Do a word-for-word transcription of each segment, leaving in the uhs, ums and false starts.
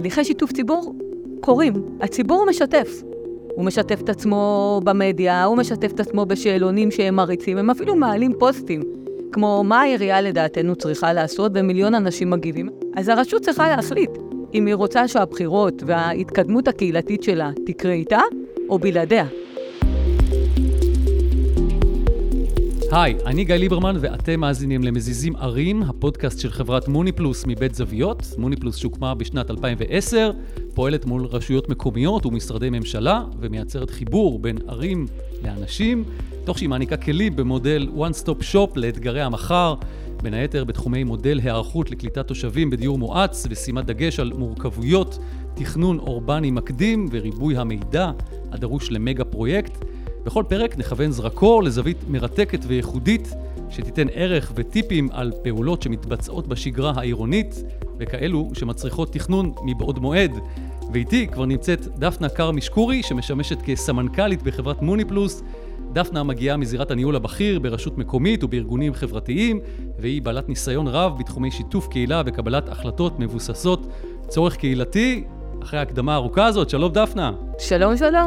הליכי שיתוף ציבור קורים. הציבור משתף. הוא משתף את עצמו במדיה, הוא משתף את עצמו בשאלונים שהם מריצים, הם אפילו מעלים פוסטים, כמו מה העירייה לדעתנו צריכה לעשות, ומיליון אנשים מגיבים. אז הרשות צריכה להחליט אם היא רוצה שהבחירות וההתקדמות הקהילתית שלה תקרה איתה או בלעדיה. היי, אני גיא ליברמן ואתם מאזינים למזיזים ערים, הפודקאסט של חברת מוניפלוס מבית זוויות. מוניפלוס שהוקמה בשנת אלפיים ועשר, פועלת מול רשויות מקומיות ומשרדי ממשלה ומייצרת חיבור בין ערים לאנשים, תוך שהיא מעניקה כלים במודל one stop shop לאתגרי המחר, בין היתר בתחומי מודל הערכות לקליטת תושבים בדיור מואץ ושימת דגש על מורכבויות, תכנון אורבני מקדים וריבוי המידע הדרוש למגה פרויקט. בכל פרק נכוון זרקור לזווית מרתקת וייחודית שתיתן ערך וטיפים על פעולות שמתבצעות בשגרה העירונית וכאלו שמצריכות תכנון מבעוד מועד. ואיתי כבר נמצאת דפנה קרמישקורי שמשמשת כסמנכ"לית בחברת מוניפלוס. דפנה מגיעה מזירת הניהול הבכיר ברשות מקומית ובארגונים חברתיים, והיא בעלת ניסיון רב בתחומי שיתוף קהילה וקבלת החלטות מבוססות צורך קהילתי. אחרי ההקדמה הארוכה הזאת, שלום דפנה. שלום שלום.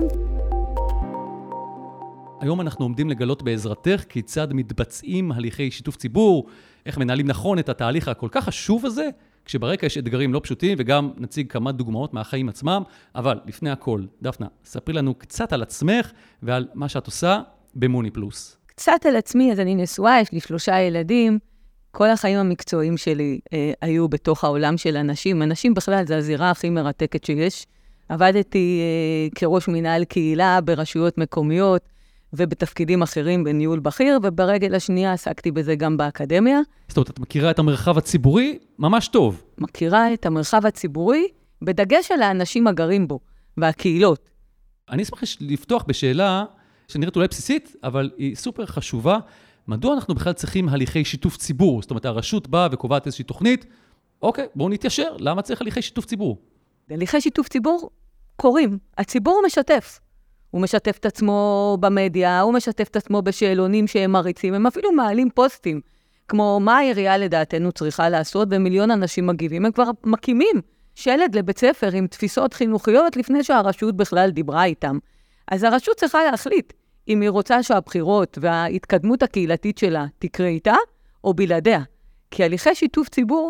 היום אנחנו עומדים לגלות בעזרתך כיצד מתבצעים הליכי שיתוף ציבור, איך מנהלים נכון את התהליך הכל כך חשוב הזה, כשברקע יש אתגרים לא פשוטים, וגם נציג כמה דוגמאות מהחיים עצמם. אבל לפני הכל, דפנה, ספרי לנו קצת על עצמך ועל מה שאת עושה במוניפלוס. קצת על עצמי, אז אני נשואה, יש לי שלושה ילדים. כל החיים המקצועיים שלי אה, היו בתוך העולם של אנשים. אנשים בכלל זה הזירה הכי מרתקת שיש. עבדתי אה, כראש מנהל קהילה ברשויות מקומיות, ובתפקידים אחרים בניהול בכיר, וברגל השנייה עסקתי בזה גם באקדמיה. זאת אומרת, את מכירה את המרחב הציבורי ממש טוב. מכירה את המרחב הציבורי, בדגש על האנשים הגרים בו, והקהילות. אני אשמח לפתוח בשאלה שנראית אולי בסיסית, אבל היא סופר חשובה. מדוע אנחנו בכלל צריכים הליכי שיתוף ציבור? זאת אומרת, הרשות באה וקובעת איזושהי תוכנית, אוקיי, בואו נתיישר, למה צריך הליכי שיתוף ציבור? הליכי שיתוף ציבור קורים. הציבור משתף. הוא משתף את עצמו במדיה, הוא משתף את עצמו בשאלונים שהם מריצים, הם אפילו מעלים פוסטים, כמו מה העירייה לדעתנו צריכה לעשות, ומיליון אנשים מגיבים, הם כבר מקימים שלד לבית ספר עם תפיסות חינוכיות לפני שהרשות בכלל דיברה איתם. אז הרשות צריכה להחליט אם היא רוצה שהבחירות וההתקדמות הקהילתית שלה תקרה איתה או בלעדיה. כי הליכי שיתוף ציבור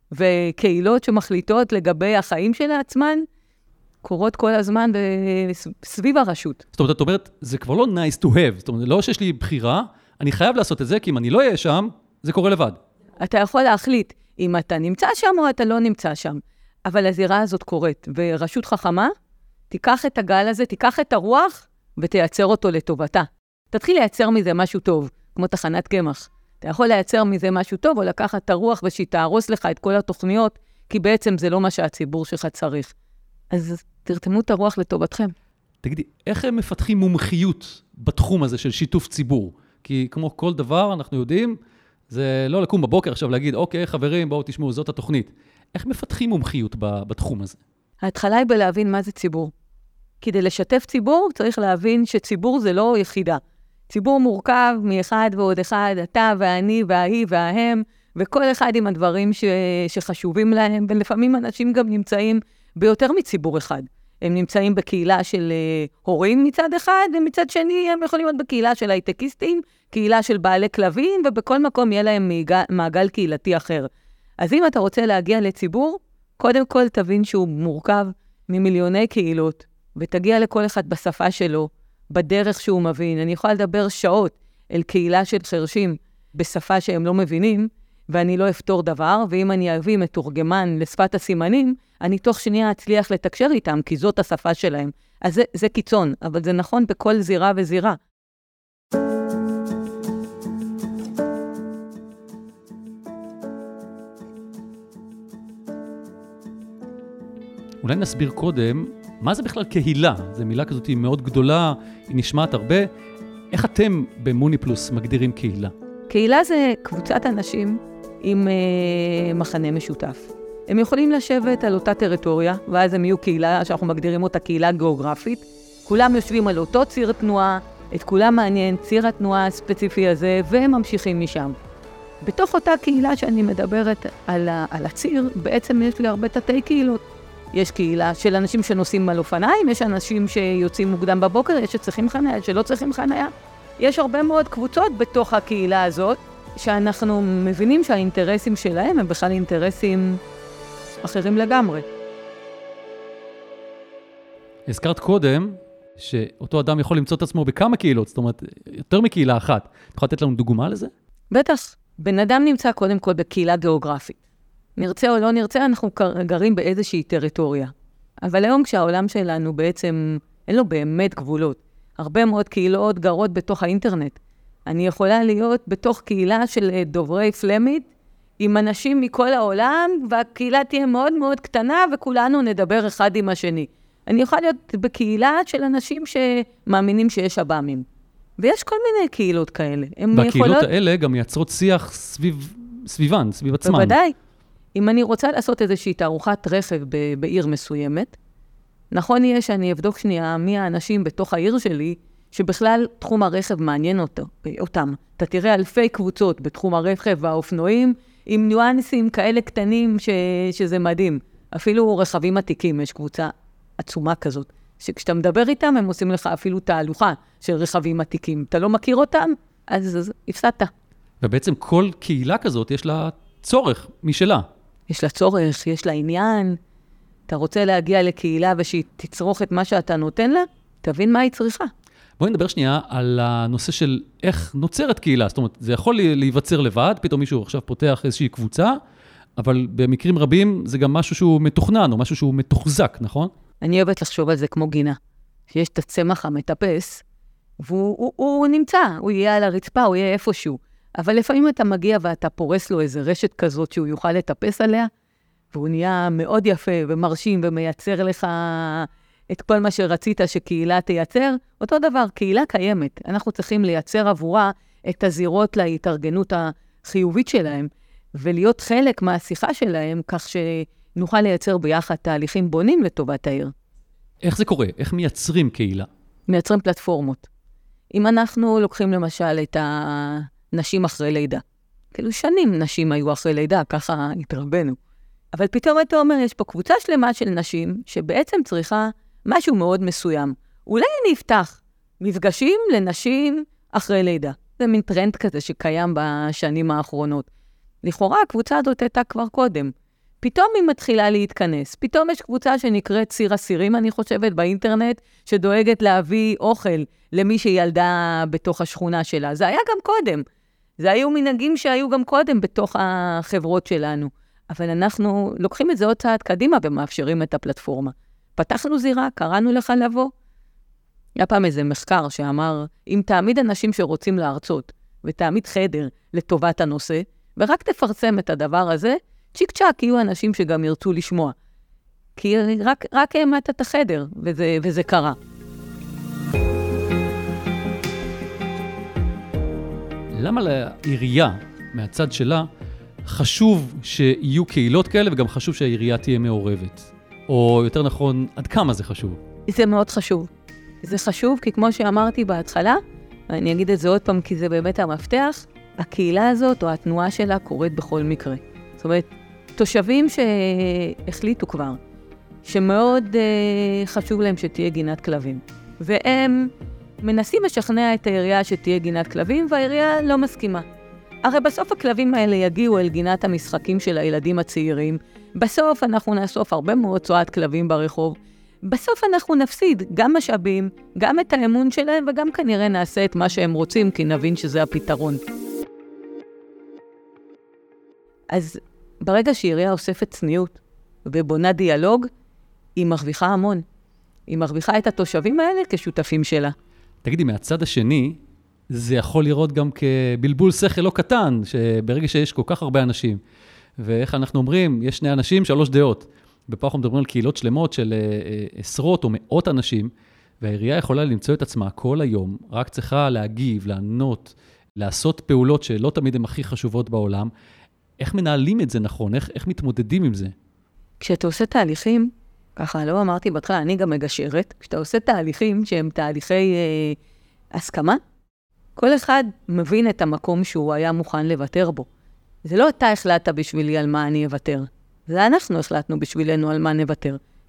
וקהילות שמחליטות לגבי החיים של עצמן, קורות כל הזמן סביב הרשות. זאת אומרת, את אומרת, זה כבר לא nice to have. זאת אומרת, לא שיש לי בחירה, אני חייב לעשות את זה, כי אם אני לא אהיה שם, זה קורה לבד. אתה יכול להחליט אם אתה נמצא שם או אתה לא נמצא שם. אבל הזירה הזאת קורית, ורשות חכמה, תיקח את הגל הזה, תיקח את הרוח, ותייצר אותו לטובתה. תתחיל לייצר מזה משהו טוב, כמו תחנת קמח. אתה יכול לייצר מזה משהו טוב, או לקחת את הרוח ושתהרוס לך את כל התוכניות, כי בעצם זה לא מה שהציבור שלך צריך. אז תרתמו את הרוח לטובתכם. תגידי, איך הם מפתחים מומחיות בתחום הזה של שיתוף ציבור? כי כמו כל דבר, אנחנו יודעים, זה לא לקום בבוקר עכשיו להגיד, אוקיי, חברים, בואו תשמעו, זאת התוכנית. איך מפתחים מומחיות בתחום הזה? ההתחלה היא בלהבין מה זה ציבור. כדי לשתף ציבור, צריך להבין שציבור זה לא יחידה. ציבור מורכב מאחד ועוד אחד, אתה ואני וההיא וההם, וכל אחד עם הדברים ש... שחשובים להם, ולפעמים אנשים גם נמצאים ביותר מציבור אחד. הם נמצאים בקהילה של uh, הורים מצד אחד, ומצד שני הם יכולים להיות בקהילה של הייטקיסטים, קהילה של בעלי כלבים, ובכל מקום יהיה להם מעגל, מעגל קהילתי אחר. אז אם אתה רוצה להגיע לציבור, קודם כל תבין שהוא מורכב ממיליוני קהילות, ותגיע לכל אחד בשפה שלו, בדרך שהוא מבין. אני יכולה לדבר שעות אל קהילה של חרשים בשפה שהם לא מבינים, ואני לא אפתור דבר, ואם אני אביא מתורגמן לשפת הסימנים, אני תוך שנייה אצליח לתקשר איתם, כי זאת השפה שלהם. אז זה, זה קיצון, אבל זה נכון בכל זירה וזירה. אולי נסביר קודם, מה זה בכלל קהילה? זו מילה כזאת מאוד גדולה, היא נשמעת הרבה. איך אתם במוניפלוס מגדירים קהילה? קהילה זה קבוצת אנשים עם אה, מחנה משותף. הם יכולים לשבת על אותה טריטוריה, ואז הם יהיו קהילה שאנחנו מגדירים אותה קהילה גיאוגרפית. כולם יושבים על אותו ציר תנועה, את כולם מעניין ציר התנועה הספציפי הזה, והם ממשיכים משם. בתוך אותה קהילה שאני מדברת על, ה- על הציר, בעצם יש לי הרבה תתי קהילות. יש קהילה של אנשים שנוסעים על אופניים, יש אנשים שיוצאים מוקדם בבוקר, יש שצריכים חניה, שלא צריכים חניה. יש הרבה מאוד קבוצות בתוך הקהילה הזאת, שאנחנו מבינים שהאינטרסים שלהם הם בכלל אינטרסים אחרים לגמרי. הזכרת קודם שאותו אדם יכול למצוא את עצמו בכמה קהילות, זאת אומרת, יותר מקהילה אחת. את יכולה לתת לנו דוגמה לזה? בטח. בן אדם נמצא קודם כל בקהילה גיאוגרפית. נרצה או לא נרצה, אנחנו גרים באיזושהי טריטוריה. אבל היום כשהעולם שלנו בעצם אין לו באמת גבולות, הרבה מאוד קהילות גרות בתוך האינטרנט. אני יכולה להיות בתוך קהילה של דוברי פלמית, עם אנשים מכל העולם, והקהילה תהיה מאוד מאוד קטנה, וכולנו נדבר אחד עם השני. אני יכולה להיות בקהילה של אנשים שמאמינים שיש אב"מים. ויש כל מיני קהילות כאלה. והקהילות יכולות... האלה גם מייצרות שיח סביב, סביבן, סביב עצמן. בוודאי. אם אני רוצה לעשות איזושהי תערוכת רכב ב- בעיר מסוימת, נכון יהיה שאני אבדוק שנייה מי האנשים בתוך העיר שלי, שבכלל תחום הרכב מעניין אותו, אותם. אתה תראה אלפי קבוצות בתחום הרכב והאופנועים, עם ניואנסים כאלה קטנים ש- שזה מדהים. אפילו רכבים עתיקים, יש קבוצה עצומה כזאת, שכשאתה מדבר איתם, הם עושים לך אפילו תהלוכה של רכבים עתיקים. אתה לא מכיר אותם, אז, אז הפסדת. ובעצם כל קהילה כזאת יש לה צורך משלה. יש לה צורך, יש לה עניין. אתה רוצה להגיע לקהילה ושהיא תצרוך את מה שאתה נותן לה? תבין מה היא צריכה. בואי נדבר שנייה על הנושא של איך נוצרת קהילה. זאת אומרת, זה יכול להיווצר לבד, פתאום מישהו עכשיו פותח איזושהי קבוצה, אבל במקרים רבים זה גם משהו שהוא מתוכנן, או משהו שהוא מתוחזק, נכון? אני אוהבת לחשוב על זה כמו גינה. שיש את הצמח המטפס, והוא הוא, הוא נמצא, הוא יהיה על הרצפה, הוא יהיה איפשהו. אבל לפעמים אתה מגיע ואתה פורס לו איזה רשת כזאת שהוא יוכל לטפס עליה, והוא נהיה מאוד יפה ומרשים ומייצר לך את כל מה שרצית שקהילה תייצר. אותו דבר, קהילה קיימת. אנחנו צריכים לייצר עבורה את הזירות להתארגנות החיובית שלהם, ולהיות חלק מהשיחה שלהם, כך שנוכל לייצר ביחד תהליכים בונים לטובת העיר. איך זה קורה? איך מייצרים קהילה? מייצרים פלטפורמות. אם אנחנו לוקחים למשל את הנשים אחרי לידה, כאילו שנים נשים היו אחרי לידה, ככה התרבנו. אבל פתאום אתה אומר, יש פה קבוצה שלמה של נשים, שבעצם צריכה משהו מאוד מסוים. אולי אני אפתח מפגשים לנשים אחרי לידה. זה מין טרנד כזה שקיים בשנים האחרונות. לכאורה הקבוצה הזאת הייתה כבר קודם. פתאום היא מתחילה להתכנס. פתאום יש קבוצה שנקראת ציר אסירים, אני חושבת, באינטרנט, שדואגת להביא אוכל למי שילדה בתוך השכונה שלה. זה היה גם קודם. זה היו מנהגים שהיו גם קודם בתוך החברות שלנו. אבל אנחנו לוקחים את זה עוד צעד קדימה ומאפשרים את הפלטפורמה. פתחנו זירה, קראנו לך לבוא. היה פעם איזה מחקר שאמר, אם תעמיד אנשים שרוצים להרצות, ותעמיד חדר לטובת הנושא, ורק תפרסם את הדבר הזה, צ'יק צ'ק יהיו אנשים שגם ירצו לשמוע. כי רק, רק העמדת את החדר, וזה, וזה קרה. למה לעירייה, מהצד שלה, חשוב שיהיו קהילות כאלה, וגם חשוב שהעירייה תהיה מעורבת? או יותר נכון, עד כמה זה חשוב? זה מאוד חשוב. זה חשוב כי כמו שאמרתי בהתחלה, אני אגיד את זה עוד פעם כי זה באמת המפתח, הקהילה הזאת או התנועה שלה קורית בכל מקרה. זאת אומרת, תושבים שהחליטו כבר, שמאוד uh, חשוב להם שתהיה גינת כלבים. והם מנסים לשכנע את העירייה שתהיה גינת כלבים, והעירייה לא מסכימה. הרי בסוף הכלבים האלה יגיעו אל גינת המשחקים של הילדים הצעירים. בסוף אנחנו נאסוף הרבה מאוד צועת כלבים ברחוב. בסוף אנחנו נפסיד גם משאבים, גם את האמון שלהם, וגם כנראה נעשה את מה שהם רוצים, כי נבין שזה הפתרון. אז ברגע שעירייה אוספת צניעות ובונה דיאלוג, היא מרוויחה המון. היא מרוויחה את התושבים האלה כשותפים שלה. תגידי, מהצד השני, זה יכול לראות גם כבלבול שכל לא קטן, שברגע שיש כל כך הרבה אנשים, ואיך אנחנו אומרים, יש שני אנשים, שלוש דעות. ופה אנחנו מדברים על קהילות שלמות של עשרות או מאות אנשים, והעירייה יכולה למצוא את עצמה כל היום, רק צריכה להגיב, לענות, לעשות פעולות שלא תמיד הן הכי חשובות בעולם. איך מנהלים את זה נכון? איך, איך מתמודדים עם זה? כשאתה עושה תהליכים, ככה לא אמרתי בהתחלה, אני גם מגשרת, כשאתה עושה תהליכים שהם תהליכי אה, הסכמה, כל אחד מבין את המקום שהוא היה מוכן לוותר בו. זה לא אתה החלטת בשבילי על מה אני אוותר. זה אנחנו החלטנו בשבילנו על מה נוותר.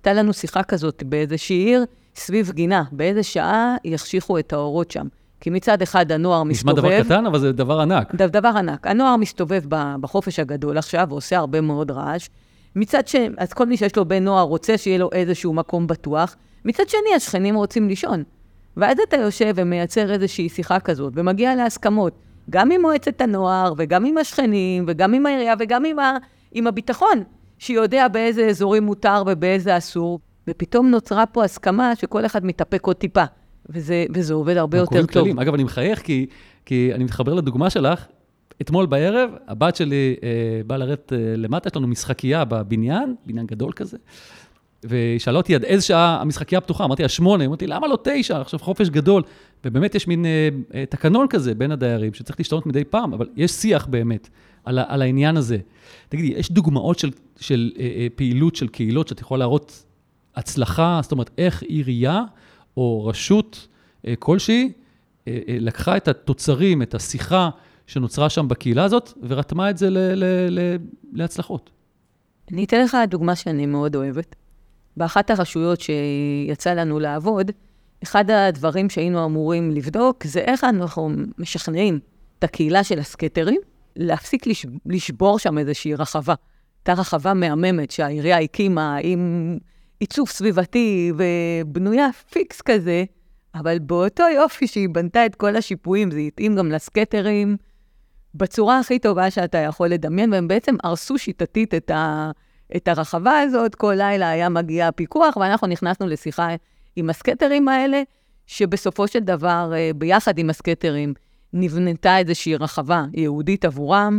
הייתה לנו שיחה כזאת באיזושהי עיר, סביב גינה, באיזה שעה יחשיכו את האורות שם. כי מצד אחד הנוער מסתובב... נשמע דבר קטן, אבל זה דבר ענק. דבר ענק. הנוער מסתובב בחופש הגדול עכשיו, ועושה הרבה מאוד רעש. מצד ש... אז כל מי שיש לו בן נוער רוצה שיהיה לו איזשהו מקום בטוח. מצד שני, השכנים רוצים לישון. ואז אתה יושב ומייצר איזושהי שיחה כזאת, ומגיע להסכמות, גם עם מועצת הנוער, וגם עם השכנים, וגם עם העירייה, וגם עם, ה... עם הביטחון, שיודע באיזה אזורים מותר ובאיזה אסור. ופתאום נוצרה פה הסכמה שכל אחד מתאפק עוד טיפה. וזה, וזה עובד הרבה יותר טוב. כללים. אגב, אני מחייך כי, כי אני מתחבר לדוגמה שלך. אתמול בערב, הבת שלי אה, באה לרדת אה, למטה, יש לנו משחקייה בבניין, בניין גדול כזה, ושאלה אותי עד איזה שעה המשחקייה פתוחה, אמרתי לה שמונה, אמרתי, למה לא תשע? עכשיו חופש גדול, ובאמת יש מין אה, אה, תקנון כזה בין הדיירים, שצריך להשתנות מדי פעם, אבל יש שיח באמת על, על העניין הזה. תגידי, יש דוגמאות של, של אה, אה, פעילות של קהילות, שאת יכולה להראות הצלחה, זאת אומרת, איך עירייה, או רשות כלשהי, לקחה את התוצרים, את השיחה שנוצרה שם בקהילה הזאת, ורתמה את זה ל- ל- ל- להצלחות. אני אתן לך דוגמה שאני מאוד אוהבת. באחת הרשויות שיצא לנו לעבוד, אחד הדברים שהיינו אמורים לבדוק, זה איך אנחנו משכנעים את הקהילה של הסקטרים, להפסיק לש- לשבור שם איזושהי רחבה. הייתה רחבה מהממת שהעירייה הקימה עם... עיצוב סביבתי ובנויה פיקס כזה, אבל באותו יופי שהיא בנתה את כל השיפועים, זה התאים גם לסקטרים, בצורה הכי טובה שאתה יכול לדמיין, והם בעצם הרסו שיטתית את, ה, את הרחבה הזאת, כל לילה היה מגיע הפיקוח, ואנחנו נכנסנו לשיחה עם הסקטרים האלה, שבסופו של דבר, ביחד עם הסקטרים, נבנתה איזושהי רחבה יהודית עבורם,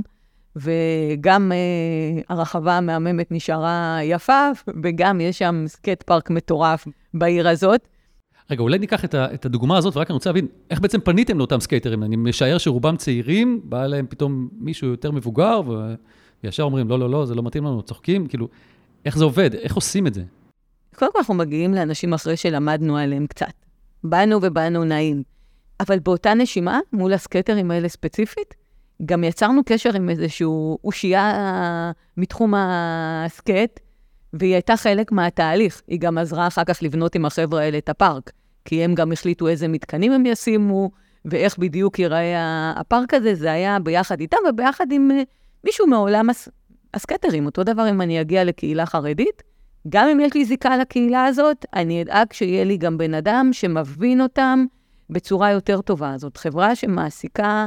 וגם אה, הרחבה המהממת נשארה יפה, וגם יש שם סקט פארק מטורף בעיר הזאת. רגע, אולי ניקח את, ה, את הדוגמה הזאת, ורק אני רוצה להבין, איך בעצם פניתם לאותם סקייטרים? אני משער שרובם צעירים, בא להם פתאום מישהו יותר מבוגר, וישר אומרים, לא, לא, לא, זה לא מתאים לנו, צוחקים, כאילו, איך זה עובד? איך עושים את זה? קודם כל אנחנו מגיעים לאנשים אחרי שלמדנו עליהם קצת. באנו ובאנו נעים. אבל באותה נשימה, מול הסקייטרים האלה ספציפית, גם יצרנו קשר עם איזשהו אושייה מתחום הסקט, והיא הייתה חלק מהתהליך. היא גם עזרה אחר כך לבנות עם החבר'ה האלה את הפארק, כי הם גם החליטו איזה מתקנים הם ישימו, ואיך בדיוק ייראה הפארק הזה. זה היה ביחד איתם וביחד עם מישהו מעולם הס... הסקטרים. אותו דבר אם אני אגיע לקהילה חרדית, גם אם יש לי זיקה לקהילה הזאת, אני אדאג שיהיה לי גם בן אדם שמבין אותם בצורה יותר טובה. זאת חברה שמעסיקה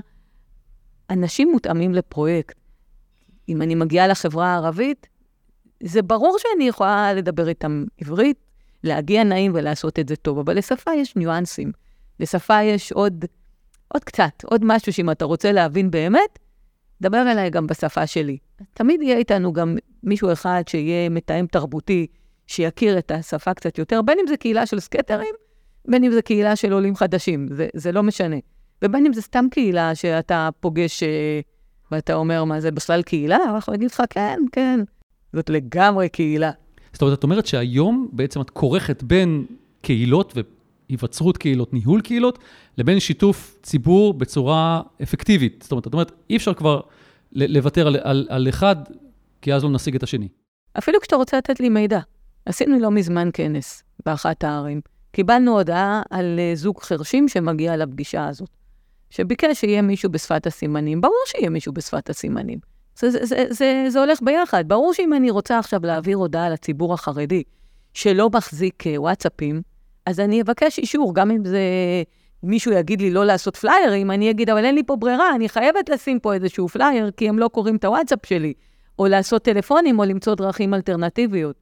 אנשים מותאמים לפרויקט. אם אני מגיעה לחברה הערבית, זה ברור שאני יכולה לדבר איתם עברית, להגיע נעים ולעשות את זה טוב, אבל לשפה יש ניואנסים. לשפה יש עוד, עוד קצת, עוד משהו שאם אתה רוצה להבין באמת, דבר אליי גם בשפה שלי. תמיד יהיה איתנו גם מישהו אחד שיהיה מתאם תרבותי, שיכיר את השפה קצת יותר, בין אם זה קהילה של סקטרים, בין אם זה קהילה של עולים חדשים, זה, זה לא משנה. ובין אם זה סתם קהילה שאתה פוגש ואתה אומר, מה זה בכלל קהילה? אנחנו נגיד לך, כן, כן. זאת לגמרי קהילה. זאת אומרת, את אומרת שהיום בעצם את כורכת בין קהילות והיווצרות קהילות, ניהול קהילות, לבין שיתוף ציבור בצורה אפקטיבית. זאת אומרת, את אומרת, אי אפשר כבר לוותר על, על, על אחד, כי אז לא נשיג את השני. אפילו כשאתה רוצה לתת לי מידע. עשינו לא מזמן כנס באחת הערים. קיבלנו הודעה על זוג חרשים שמגיע לפגישה הזאת. שביקש שיהיה מישהו בשפת הסימנים. ברור שיהיה מישהו בשפת הסימנים. זה, זה, זה, זה, זה הולך ביחד. ברור שאם אני רוצה עכשיו להעביר הודעה לציבור החרדי, שלא מחזיק וואטסאפים, אז אני אבקש אישור, גם אם זה מישהו יגיד לי לא לעשות פליירים, אני אגיד, אבל אין לי פה ברירה, אני חייבת לשים פה איזשהו פלייר, כי הם לא קוראים את הוואטסאפ שלי, או לעשות טלפונים, או למצוא דרכים אלטרנטיביות.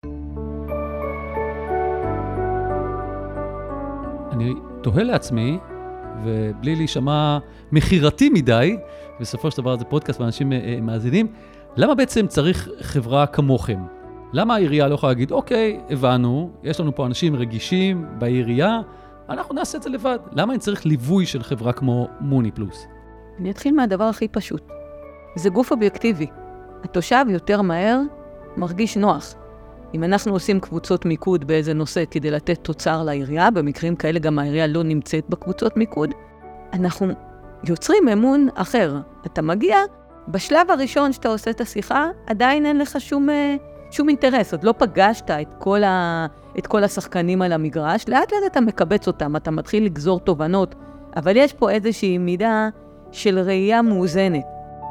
אני תוהה לעצמי, ובלי להישמע מחירתי מדי, בסופו של דבר זה פודקאסט ואנשים מאזינים, למה בעצם צריך חברה כמוכם? למה העירייה לא יכולה להגיד, אוקיי, הבנו, יש לנו פה אנשים רגישים בעירייה, אנחנו נעשה את זה לבד. למה אני צריך ליווי של חברה כמו מוני פלוס? אני אתחיל מהדבר הכי פשוט. זה גוף אובייקטיבי. התושב יותר מהר מרגיש נוח. אם אנחנו עושים קבוצות מיקוד באיזה נושא כדי לתת תוצר לעירייה, במקרים כאלה גם העירייה לא נמצאת בקבוצות מיקוד, אנחנו יוצרים אמון אחר. אתה מגיע, בשלב הראשון שאתה עושה את השיחה, עדיין אין לך שום, שום אינטרס, עוד לא פגשת את כל, ה... את כל השחקנים על המגרש, לאט לאט אתה מקבץ אותם, אתה מתחיל לגזור תובנות, אבל יש פה איזושהי מידה של ראייה מאוזנת.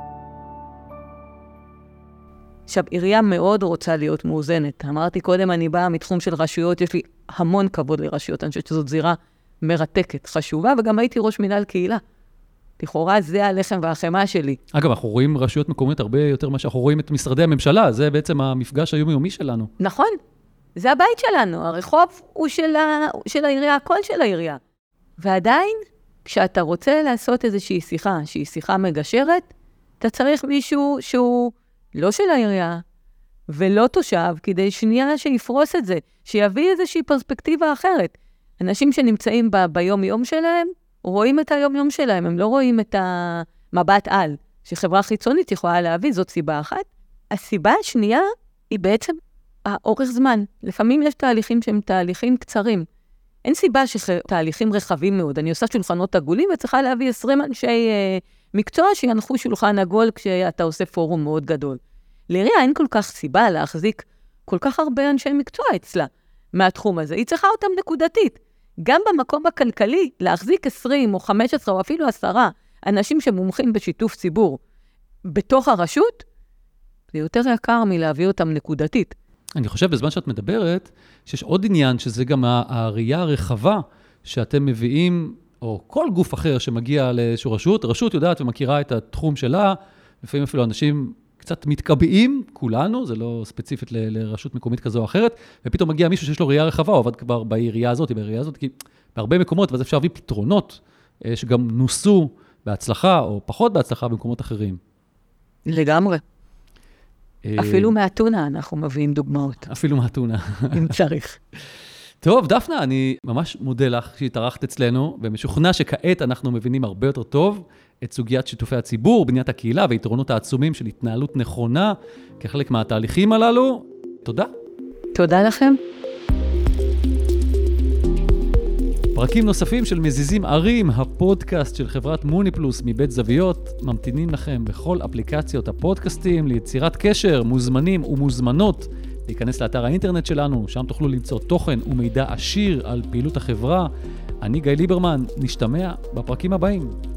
עכשיו, עירייה מאוד רוצה להיות מאוזנת. אמרתי קודם, אני באה מתחום של רשויות, יש לי המון כבוד לרשויות, אני חושבת שזאת זירה מרתקת, חשובה, וגם הייתי ראש מנהל קהילה. לכאורה זה הלחם והחמה שלי. אגב, אנחנו רואים רשויות מקומיות הרבה יותר מה שאנחנו רואים את משרדי הממשלה, זה בעצם המפגש היומיומי שלנו. נכון, זה הבית שלנו, הרחוב הוא של, ה... של העירייה, הכל של העירייה. ועדיין, כשאתה רוצה לעשות איזושהי שיחה, שהיא שיחה מגשרת, אתה צריך מישהו שהוא לא של העירייה, ולא תושב, כדי שנייה שיפרוס את זה, שיביא איזושהי פרספקטיבה אחרת. אנשים שנמצאים ב... ביום-יום שלהם, רואים את היום-יום שלהם, הם לא רואים את המבט על, שחברה חיצונית יכולה להביא, זאת סיבה אחת. הסיבה השנייה היא בעצם האורך זמן. לפעמים יש תהליכים שהם תהליכים קצרים. אין סיבה שתהליכים רחבים מאוד. אני עושה שולחנות עגולים וצריכה להביא עשרים אנשי אה, מקצוע שינחו שולחן עגול כשאתה עושה פורום מאוד גדול. לעירייה אין כל כך סיבה להחזיק כל כך הרבה אנשי מקצוע אצלה מהתחום הזה. היא צריכה אותם נקודתית. גם במקום הכלכלי, להחזיק עשרים או חמש עשרה או אפילו עשרה אנשים שמומחים בשיתוף ציבור בתוך הרשות, זה יותר יקר מלהביא אותם נקודתית. אני חושב בזמן שאת מדברת, שיש עוד עניין שזה גם הראייה הרחבה שאתם מביאים, או כל גוף אחר שמגיע לאיזושהי רשות, רשות יודעת ומכירה את התחום שלה, לפעמים אפילו אנשים קצת מתקבעים, כולנו, זה לא ספציפית ל- לרשות מקומית כזו או אחרת, ופתאום מגיע מישהו שיש לו ראייה רחבה, הוא עבד כבר בעירייה הזאת, בעירייה הזאת, כי בהרבה מקומות, ואז אפשר להביא פתרונות שגם נוסו בהצלחה, או פחות בהצלחה במקומות אחרים. לגמרי. אפילו מהטונה אנחנו מביאים דוגמאות. אפילו מהטונה. אם צריך. טוב, דפנה, אני ממש מודה לך שהתארחת אצלנו, ומשוכנע שכעת אנחנו מבינים הרבה יותר טוב את סוגיית שיתופי הציבור, בניית הקהילה והיתרונות העצומים של התנהלות נכונה כחלק מהתהליכים הללו. תודה. תודה לכם. פרקים נוספים של מזיזים ערים, הפודקאסט של חברת מוניפלוס מבית זוויות, ממתינים לכם בכל אפליקציות הפודקאסטים ליצירת קשר, מוזמנים ומוזמנות להיכנס לאתר האינטרנט שלנו, שם תוכלו למצוא תוכן ומידע עשיר על פעילות החברה. אני גיא ליברמן, נשתמע בפרקים הבאים.